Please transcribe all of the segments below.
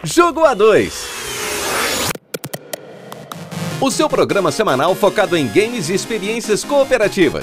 Jogo A2. O seu programa semanal focado em games e experiências cooperativas.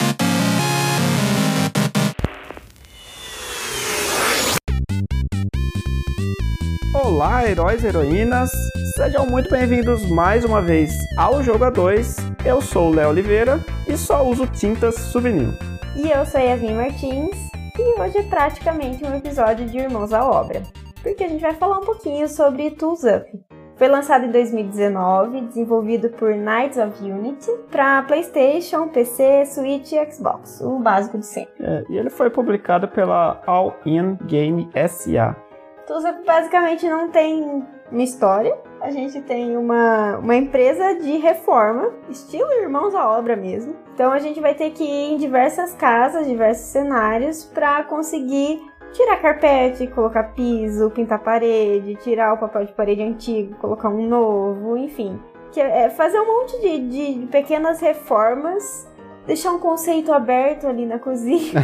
Olá, heróis e heroínas! Sejam muito bem-vindos mais uma vez ao Jogo A2. Eu sou o Léo Oliveira e só uso tintas Souvenir. E eu sou a Yasmin Martins e hoje é praticamente um episódio de Irmãos à Obra, porque a gente vai falar um pouquinho sobre Tools Up. Foi lançado em 2019, desenvolvido por Knights of Unity para PlayStation, PC, Switch e Xbox, o básico de sempre. E ele foi publicado pela All In Game SA. Tools Up basicamente não tem uma história, a gente tem uma empresa de reforma, estilo Irmãos à Obra mesmo. Então a gente vai ter que ir em diversas casas, diversos cenários para conseguir tirar carpete, colocar piso, pintar parede, tirar o papel de parede antigo, colocar um novo, enfim. Fazer um monte de pequenas reformas, deixar um conceito aberto ali na cozinha.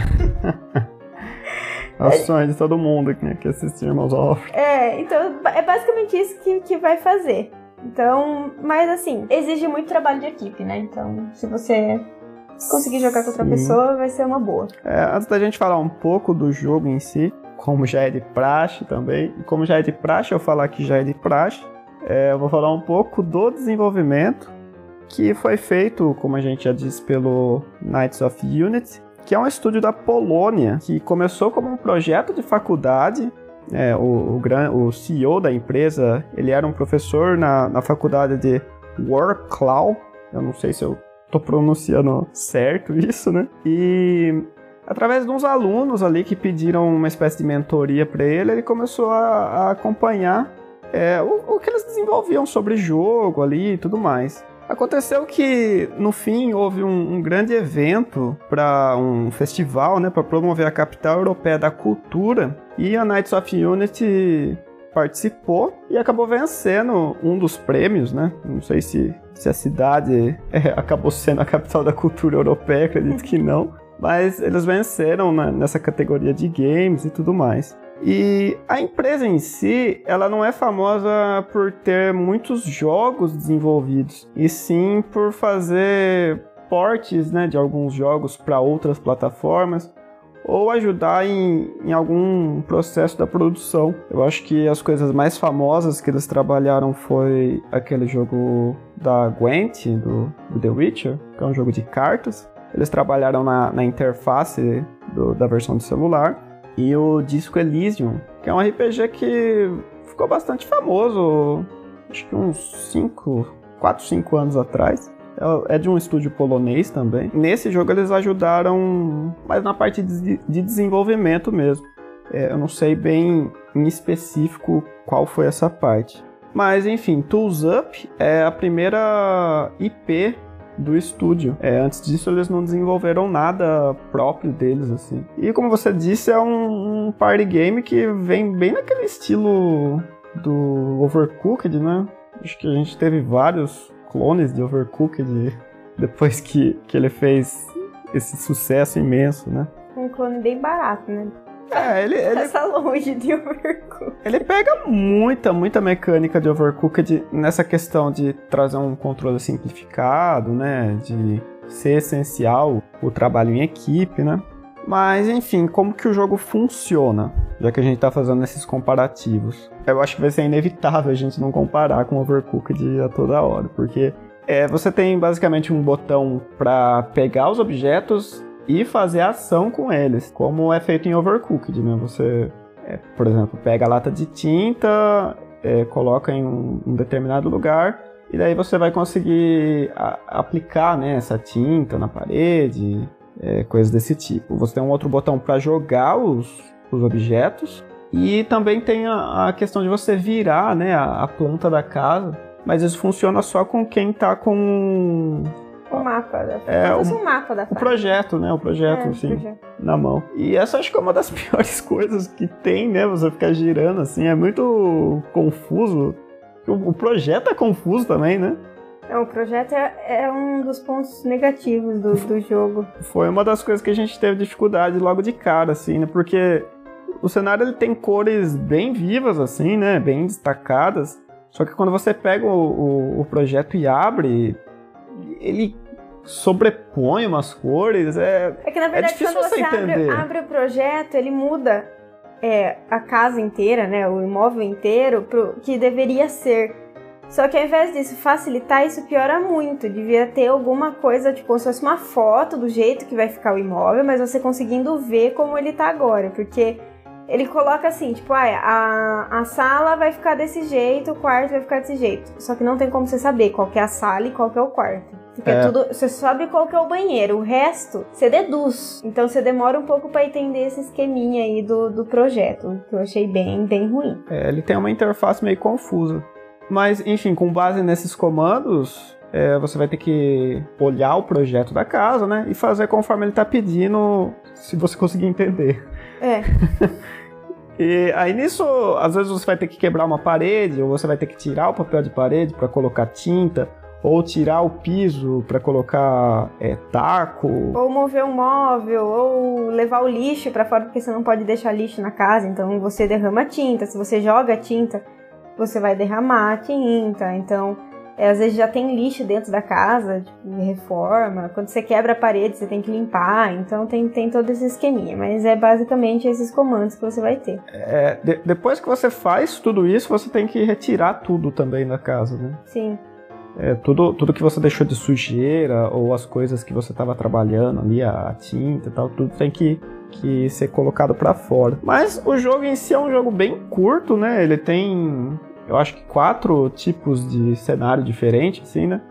É o sonho de todo mundo que assistir Irmãos à Obra. Então é basicamente isso que vai fazer. Então, mas assim, exige muito trabalho de equipe, né? Então, se você conseguir jogar com outra pessoa, vai ser uma boa. Antes da gente falar um pouco do jogo em si, como já é de praxe também, e como já é de praxe eu falar que já é de praxe, eu vou falar um pouco do desenvolvimento que foi feito, como a gente já disse, pelo Knights of Unity, que é um estúdio da Polônia, que começou como um projeto de faculdade. O CEO da empresa, ele era um professor na faculdade de Wrocław, eu não sei se eu tô pronunciando certo isso, né? E através de uns alunos ali que pediram uma espécie de mentoria para ele, ele começou a acompanhar o que eles desenvolviam sobre jogo ali e tudo mais. Aconteceu que, no fim, houve um grande evento para um festival, né, para promover a capital europeia da cultura, e a Knights of Unity participou e acabou vencendo um dos prêmios, né? Não sei se a cidade acabou sendo a capital da cultura europeia, acredito que não, mas eles venceram nessa categoria de games e tudo mais. E a empresa em si, ela não é famosa por ter muitos jogos desenvolvidos, e sim por fazer portes, né, de alguns jogos para outras plataformas, ou ajudar em algum processo da produção. Eu acho que as coisas mais famosas que eles trabalharam foi aquele jogo da Gwent, do The Witcher, que é um jogo de cartas. Eles trabalharam na interface da versão de celular. E o Disco Elysium, que é um RPG que ficou bastante famoso, acho que uns 4, 5 anos atrás. É de um estúdio polonês também. Nesse jogo eles ajudaram mais na parte de desenvolvimento mesmo. Eu não sei bem em específico qual foi essa parte. Mas enfim, Tools Up é a primeira IP do estúdio. Antes disso eles não desenvolveram nada próprio deles, assim. E como você disse, é um party game que vem bem naquele estilo do Overcooked, né? Acho que a gente teve vários clones de Overcooked depois que ele fez esse sucesso imenso, né? Um clone bem barato, né? Ele passa longe de Overcooked. Ele pega muita mecânica de Overcooked nessa questão de trazer um controle simplificado, né? De ser essencial o trabalho em equipe, né? Mas, enfim, como que o jogo funciona? Já que a gente tá fazendo esses comparativos. Eu acho que vai ser inevitável a gente não comparar com Overcooked a toda hora, porque você tem basicamente um botão para pegar os objetos e fazer ação com eles, como é feito em Overcooked, né? Você, por exemplo, pega a lata de tinta, coloca em um determinado lugar, e daí você vai conseguir aplicar, né, essa tinta na parede, coisas desse tipo. Você tem um outro botão para jogar os objetos, e também tem a questão de você virar, né, a planta da casa, mas isso funciona só com quem está com o mapa da o mapa da fase. O projeto, né? O projeto, assim, na mão. E essa acho que é uma das piores coisas que tem, né? Você ficar girando, assim, é muito confuso. O projeto é confuso também, né? O projeto é um dos pontos negativos do jogo. Foi uma das coisas que a gente teve dificuldade logo de cara, assim, né? Porque O cenário ele tem cores bem vivas, assim, né? Bem destacadas. Só que quando você pega o projeto e abre, ele sobrepõe umas cores. É que na verdade, difícil quando você entender. abre o projeto, ele muda a casa inteira, né? O imóvel inteiro pro que deveria ser. Só que ao invés disso facilitar, isso piora muito. Devia ter alguma coisa, tipo, como se fosse uma foto do jeito que vai ficar o imóvel, mas você conseguindo ver como ele tá agora. Porque ele coloca assim, tipo, a sala vai ficar desse jeito, o quarto vai ficar desse jeito. Só que não tem como você saber qual que é a sala e qual que é o quarto. Porque tudo, você sabe qual que é o banheiro, o resto você deduz. Então você demora um pouco pra entender esse esqueminha aí do projeto, que eu achei bem ruim. Ele tem uma interface meio confusa. Mas, enfim, com base nesses comandos, você vai ter que olhar o projeto da casa, né? E fazer conforme ele tá pedindo, se você conseguir entender. E aí nisso, às vezes você vai ter que quebrar uma parede, ou você vai ter que tirar o papel de parede para colocar tinta, ou tirar o piso para colocar taco. Ou mover um móvel, ou levar o lixo para fora, porque você não pode deixar lixo na casa, então você derrama tinta. Se você joga tinta, você vai derramar tinta. Então, às vezes já tem lixo dentro da casa, tipo, reforma. Quando você quebra a parede, você tem que limpar. Então tem todo esse esqueminha. Mas é basicamente esses comandos que você vai ter. Depois que você faz tudo isso, você tem que retirar tudo também da casa, né? Sim. Tudo que você deixou de sujeira, ou as coisas que você estava trabalhando ali, a tinta e tal, tudo tem que ser colocado para fora. Mas o jogo em si é um jogo bem curto, né? Ele tem, eu acho que 4 tipos de cenário diferentes, assim, né?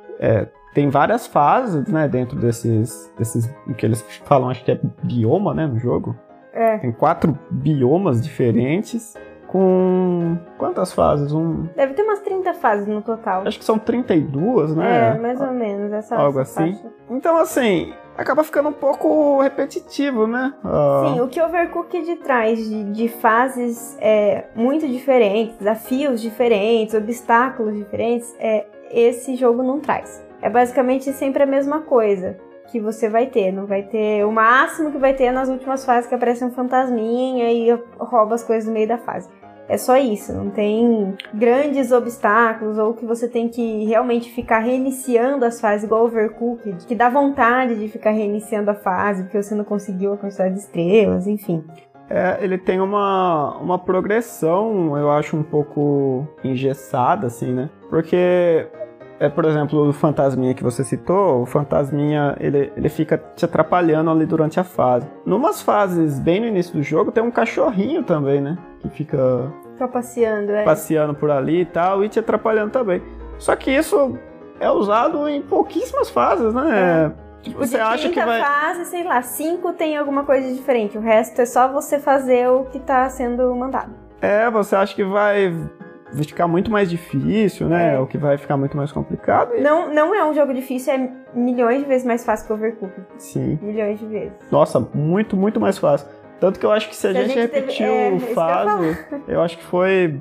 Tem várias fases, né? Dentro desses o que eles falam, acho que é bioma, né? No jogo. Tem 4 biomas diferentes. Com quantas fases? Deve ter umas 30 fases no total. Acho que são 32, né? Mais ou menos. Algo assim. Faixa. Então, assim, acaba ficando um pouco repetitivo, né? Sim, o que Overcooked traz de fases muito diferentes, desafios diferentes, obstáculos diferentes, esse jogo não traz. É basicamente sempre a mesma coisa que você vai ter. Não vai ter... O máximo que vai ter nas últimas fases que aparece um fantasminha e rouba as coisas no meio da fase. É só isso, não tem grandes obstáculos ou que você tem que realmente ficar reiniciando as fases igual Overcooked, que dá vontade de ficar reiniciando a fase porque você não conseguiu a quantidade de estrelas, enfim. Ele tem uma progressão, eu acho, um pouco engessada, assim, né? Porque... por exemplo, o fantasminha que você citou, o fantasminha, ele fica te atrapalhando ali durante a fase. Numas fases, bem no início do jogo, tem um cachorrinho também, né? Que fica passeando por ali e tal, e te atrapalhando também. Só que isso é usado em pouquíssimas fases, né? Tipo, você acha que vai... fase, sei lá, 5 tem alguma coisa diferente. O resto é só você fazer o que tá sendo mandado. Você acha que vai ficar muito mais difícil, né? Ou que vai ficar muito mais complicado. Não é um jogo difícil, é milhões de vezes mais fácil que o Overcooked. Sim. Milhões de vezes. Nossa, muito, muito mais fácil. Tanto que eu acho que se a gente repetiu fase, eu acho que foi,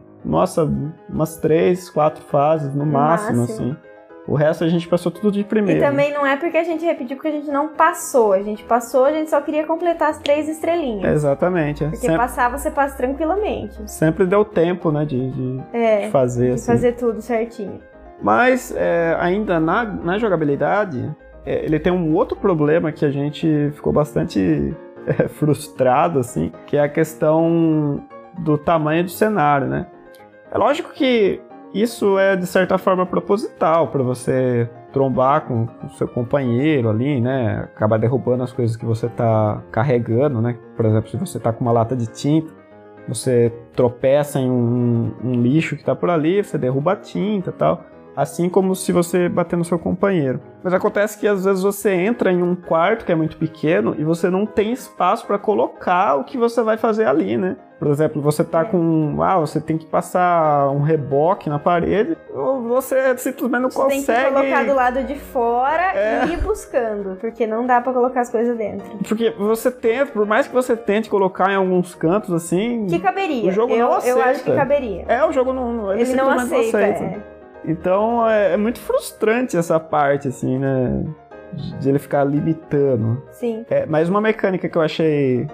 umas 3, 4 fases no máximo, assim. O resto a gente passou tudo de primeiro. E também não é porque a gente repetiu, porque a gente não passou. A gente só queria completar as 3 estrelinhas. Exatamente. Porque passar, você passa tranquilamente. Sempre deu tempo, né, de fazer, assim. Fazer tudo certinho. Mas, ainda na jogabilidade, ele tem um outro problema que a gente ficou bastante frustrado, assim, que é a questão do tamanho do cenário, né? É lógico que isso é, de certa forma, proposital, para você trombar com o seu companheiro ali, né? Acabar derrubando as coisas que você tá carregando, né? Por exemplo, se você tá com uma lata de tinta, você tropeça em um lixo que tá por ali, você derruba a tinta e tal. Assim como se você bater no seu companheiro. Mas acontece que às vezes você entra em um quarto que é muito pequeno e você não tem espaço para colocar o que você vai fazer ali, né? Por exemplo, você tá com... você tem que passar um reboque na parede, ou você simplesmente não consegue... Você tem que colocar do lado de fora e ir buscando, porque não dá pra colocar as coisas dentro. Porque você tenta, por mais que você tente colocar em alguns cantos, assim... Que caberia. O jogo não aceita. Eu acho que caberia. O jogo não... Ele não aceita. Então é muito frustrante essa parte, assim, né? De ele ficar limitando. Sim. Mas uma mecânica que eu achei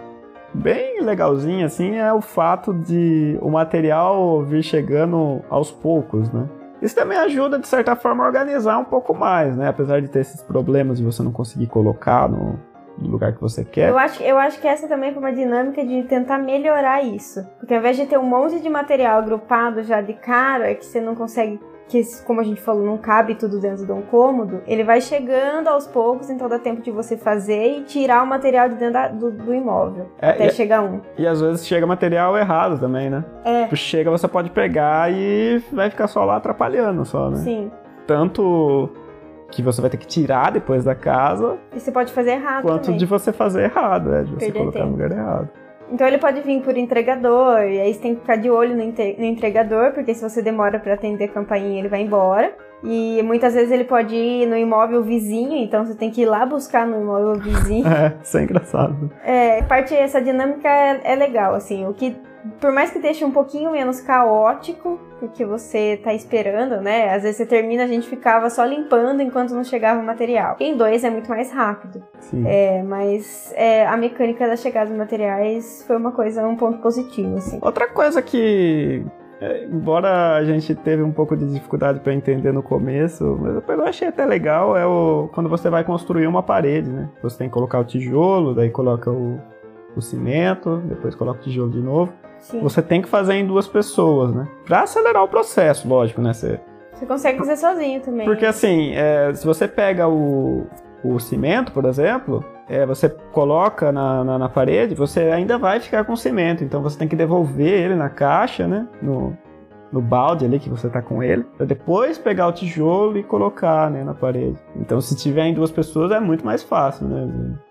bem legalzinho, assim, é o fato de o material vir chegando aos poucos, né? Isso também ajuda, de certa forma, a organizar um pouco mais, né? Apesar de ter esses problemas de você não conseguir colocar no lugar que você quer. Eu acho que essa também foi uma dinâmica de tentar melhorar isso. Porque ao invés de ter um monte de material agrupado já de cara, que você não consegue, que como a gente falou, não cabe tudo dentro de um cômodo, ele vai chegando aos poucos, então dá tempo de você fazer e tirar o material de dentro do imóvel, até chegar um. E às vezes chega material errado também, né? Chega, você pode pegar e vai ficar só lá atrapalhando só, né? Sim. Tanto que você vai ter que tirar depois da casa. E você pode fazer errado quanto também. De você fazer errado, de você colocar tempo no lugar errado. Então ele pode vir por entregador, e aí você tem que ficar de olho no entregador, porque se você demora pra atender a campainha, ele vai embora. E muitas vezes ele pode ir no imóvel vizinho, então você tem que ir lá buscar no imóvel vizinho. Isso é engraçado. Essa dinâmica é legal, assim, o que, por mais que deixe um pouquinho menos caótico, porque você tá esperando, né? Às vezes você termina, a gente ficava só limpando enquanto não chegava o material. Em 2 é muito mais rápido. Sim. Mas a mecânica da chegada dos materiais foi um ponto positivo, assim. Outra coisa que, embora a gente teve um pouco de dificuldade para entender no começo, mas depois eu achei até legal, quando você vai construir uma parede, né? Você tem que colocar o tijolo, daí coloca o cimento, depois coloca o tijolo de novo. Sim. Você tem que fazer em 2 pessoas, né? Pra acelerar o processo, lógico, né? Você consegue fazer sozinho também. Porque assim, se você pega o cimento, por exemplo, você coloca na parede, você ainda vai ficar com cimento. Então você tem que devolver ele na caixa, né? No balde ali que você tá com ele. Pra depois pegar o tijolo e colocar, né, na parede. Então se tiver em 2 pessoas é muito mais fácil, né?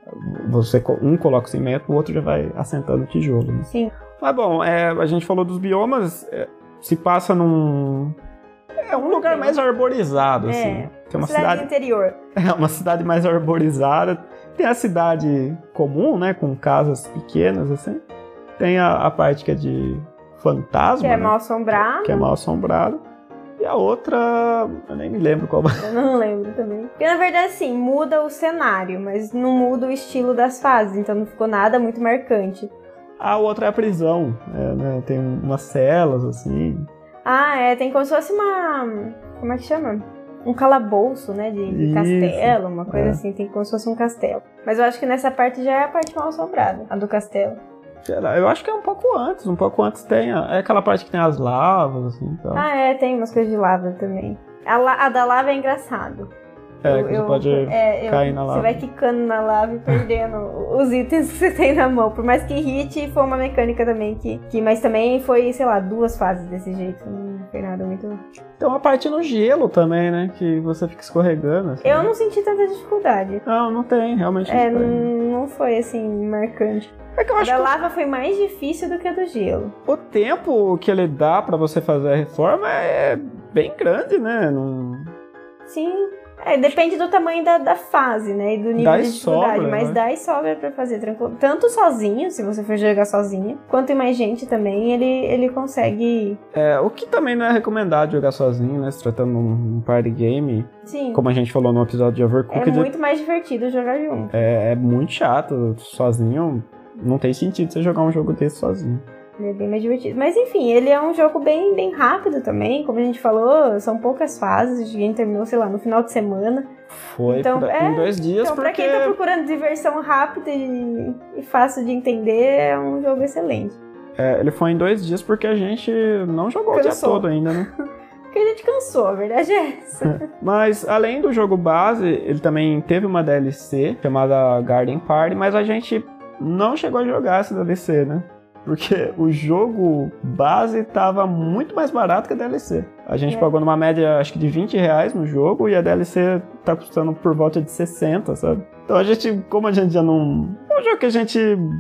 Um coloca o cimento, o outro já vai assentando o tijolo, né? Sim. Mas bom, a gente falou dos biomas, se passa num... um lugar mais arborizado, assim. É uma cidade interior. É uma cidade mais arborizada. Tem a cidade comum, né, com casas pequenas, assim. Tem a parte que é de fantasma, que é né? mal assombrado. Que é mal assombrado. E a outra, eu nem me lembro qual. Eu não lembro também. Porque na verdade, sim, muda o cenário, mas não muda o estilo das fases, então não ficou nada muito marcante. A outra é a prisão, né? Tem umas celas, assim. Tem como se fosse uma... Como é que chama? Um calabouço, né? De castelo, uma coisa assim. Tem como se fosse um castelo. Mas eu acho que nessa parte já é a parte mal assombrada, a do castelo. Eu acho que é um pouco antes tem aquela parte que tem as lavas, assim, então. Tem umas coisas de lava também. A da lava é engraçado. Você pode cair na lava. Você vai quicando na lava e perdendo os itens que você tem na mão. Por mais que irrite, foi uma mecânica também mas também foi, sei lá, 2 fases desse jeito. Não foi nada muito... Tem uma parte no gelo também, né? Que você fica escorregando. Assim, eu não senti tanta dificuldade. Não tem, realmente não tem. Não foi, assim, marcante. Que eu acho a da lava foi mais difícil do que a do gelo. O tempo que ele dá pra você fazer a reforma é bem grande, né? Sim. Depende do tamanho da fase, né? E do nível de dificuldade. Sobra, mas né? dá e sobra pra fazer tranquilo. Tanto sozinho, se você for jogar sozinho, quanto em mais gente também, ele consegue... O que também não é recomendado jogar sozinho, né? Se tratando de um party game. Sim. Como a gente falou no episódio de Overcooked. É muito mais divertido jogar junto. É muito chato. Sozinho, não tem sentido você jogar um jogo desse sozinho. Ele é bem mais divertido. Mas enfim, ele é um jogo bem, bem rápido também. Como a gente falou, são poucas fases. A gente terminou, sei lá, no final de semana. Foi em 2 dias, então, pra quem tá procurando diversão rápida e fácil de entender, é um jogo excelente. Ele foi em 2 dias porque a gente não jogou o dia todo ainda, né? Porque a gente cansou, a verdade é essa. Mas, além do jogo base, ele também teve uma DLC chamada Garden Party, mas a gente não chegou a jogar essa DLC, né? Porque o jogo base tava muito mais barato que a DLC. A gente pagou numa média, acho que de R$20 no jogo, e a DLC tá custando por volta de 60, sabe? Então como a gente já não... É um jogo que a gente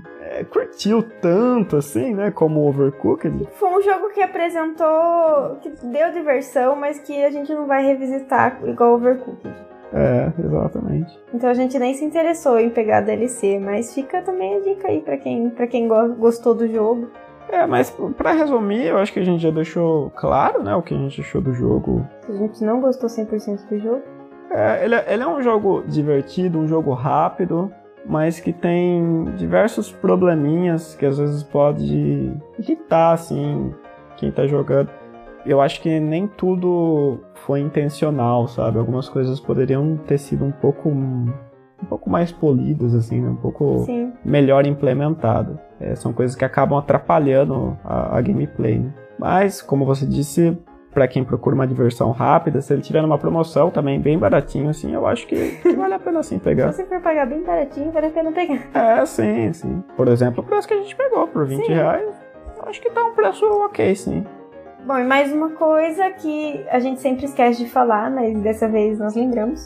curtiu tanto, assim, né? Como o Overcooked. Foi um jogo que apresentou... que deu diversão, mas que a gente não vai revisitar igual o Overcooked. Exatamente. Então a gente nem se interessou em pegar a DLC, mas fica também a dica aí pra quem gostou do jogo. Mas pra resumir, eu acho que a gente já deixou claro, né, o que a gente achou do jogo. A gente não gostou 100% do jogo. Ele é um jogo divertido, um jogo rápido, mas que tem diversos probleminhas que às vezes pode irritar, assim, quem tá jogando. Eu acho que nem tudo foi intencional, sabe? Algumas coisas poderiam ter sido um pouco mais polidas, assim, né? Um pouco Sim. melhor implementadas. São coisas que acabam atrapalhando a gameplay, né? Mas, como você disse, pra quem procura uma diversão rápida, se ele tiver numa promoção também bem baratinho, assim, eu acho que vale a pena sim pegar. Se você for pagar bem baratinho, vale a pena pegar. Sim. Por exemplo, o preço que a gente pegou, por R$20, eu acho que tá um preço ok, sim. Bom, e mais uma coisa que a gente sempre esquece de falar, mas dessa vez nós lembramos,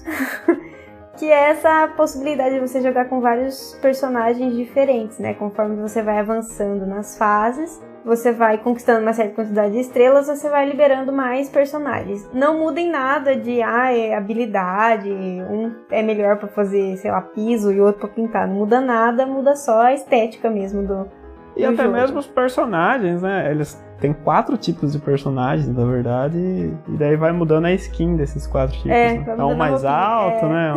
que é essa possibilidade de você jogar com vários personagens diferentes, né? Conforme você vai avançando nas fases, você vai conquistando uma certa quantidade de estrelas, você vai liberando mais personagens. Não muda em nada de habilidade, um é melhor pra fazer, sei lá, piso e outro pra pintar. Não muda nada, muda só a estética mesmo do E até jogo. mesmo os personagens, né? Eles têm 4 tipos de personagens, na verdade, e daí vai mudando a skin desses 4 tipos. Vai Né? mudando Um mais a roupinha, alto, né?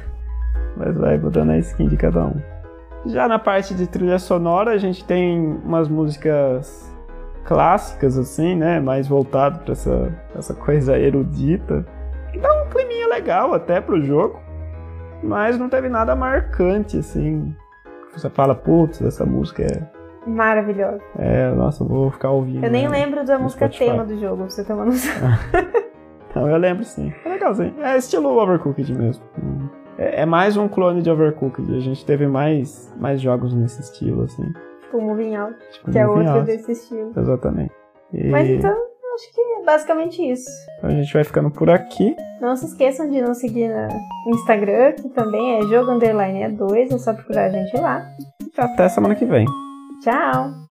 Mas vai mudando a skin de cada um. Já na parte de trilha sonora, a gente tem umas músicas clássicas, assim, né? Mais voltado pra essa coisa erudita. Que dá um climinha legal até pro jogo. Mas não teve nada marcante, assim. Você fala, putz, essa música Maravilhosa. Nossa, eu vou ficar ouvindo. Eu nem lembro da música Spotify. tema do jogo, pra você ter uma noção. Não, eu lembro sim. É legalzinho. É estilo Overcooked mesmo. É mais um clone de Overcooked. A gente teve mais jogos nesse estilo, assim. Tipo Moving Out, Tipo, que é Moving outro Out. desse estilo. Exatamente. Mas então, acho que é basicamente isso. A gente vai ficando por aqui. Não se esqueçam de nos seguir no Instagram, que também é jogo_e2, é só procurar a gente lá. E até semana que vem. Tchau!